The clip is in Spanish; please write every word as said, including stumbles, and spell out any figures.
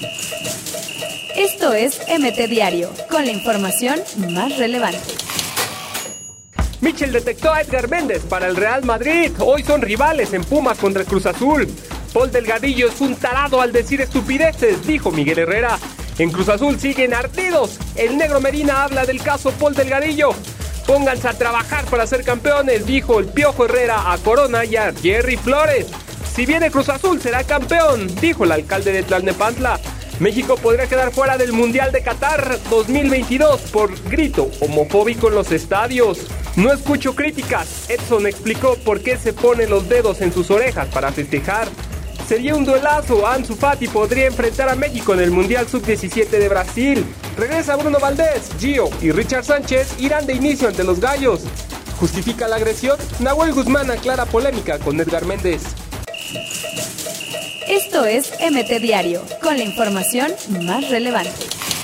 Esto es M T Diario, con la información más relevante. Michel detectó a Edgar Méndez para el Real Madrid. Hoy son rivales en Pumas contra Cruz Azul. Paul Delgadillo es un tarado al decir estupideces, dijo Miguel Herrera. En Cruz Azul siguen ardidos. El negro Medina habla del caso Paul Delgadillo. Pónganse a trabajar para ser campeones, dijo el Piojo Herrera a Corona y a Jerry Flores. Si viene Cruz Azul será campeón, dijo el alcalde de Tlalnepantla. México podría quedar fuera del Mundial de Qatar dos mil veintidós por grito homofóbico en los estadios. No escucho críticas. Edson explicó por qué se pone los dedos en sus orejas para festejar. Sería un duelazo. Ansu Fati podría enfrentar a México en el Mundial sub diecisiete de Brasil. Regresa Bruno Valdés, Gio y Richard Sánchez irán de inicio ante los Gallos. ¿Justifica la agresión? Nahuel Guzmán aclara polémica con Edgar Méndez. Esto es M T Diario, con la información más relevante.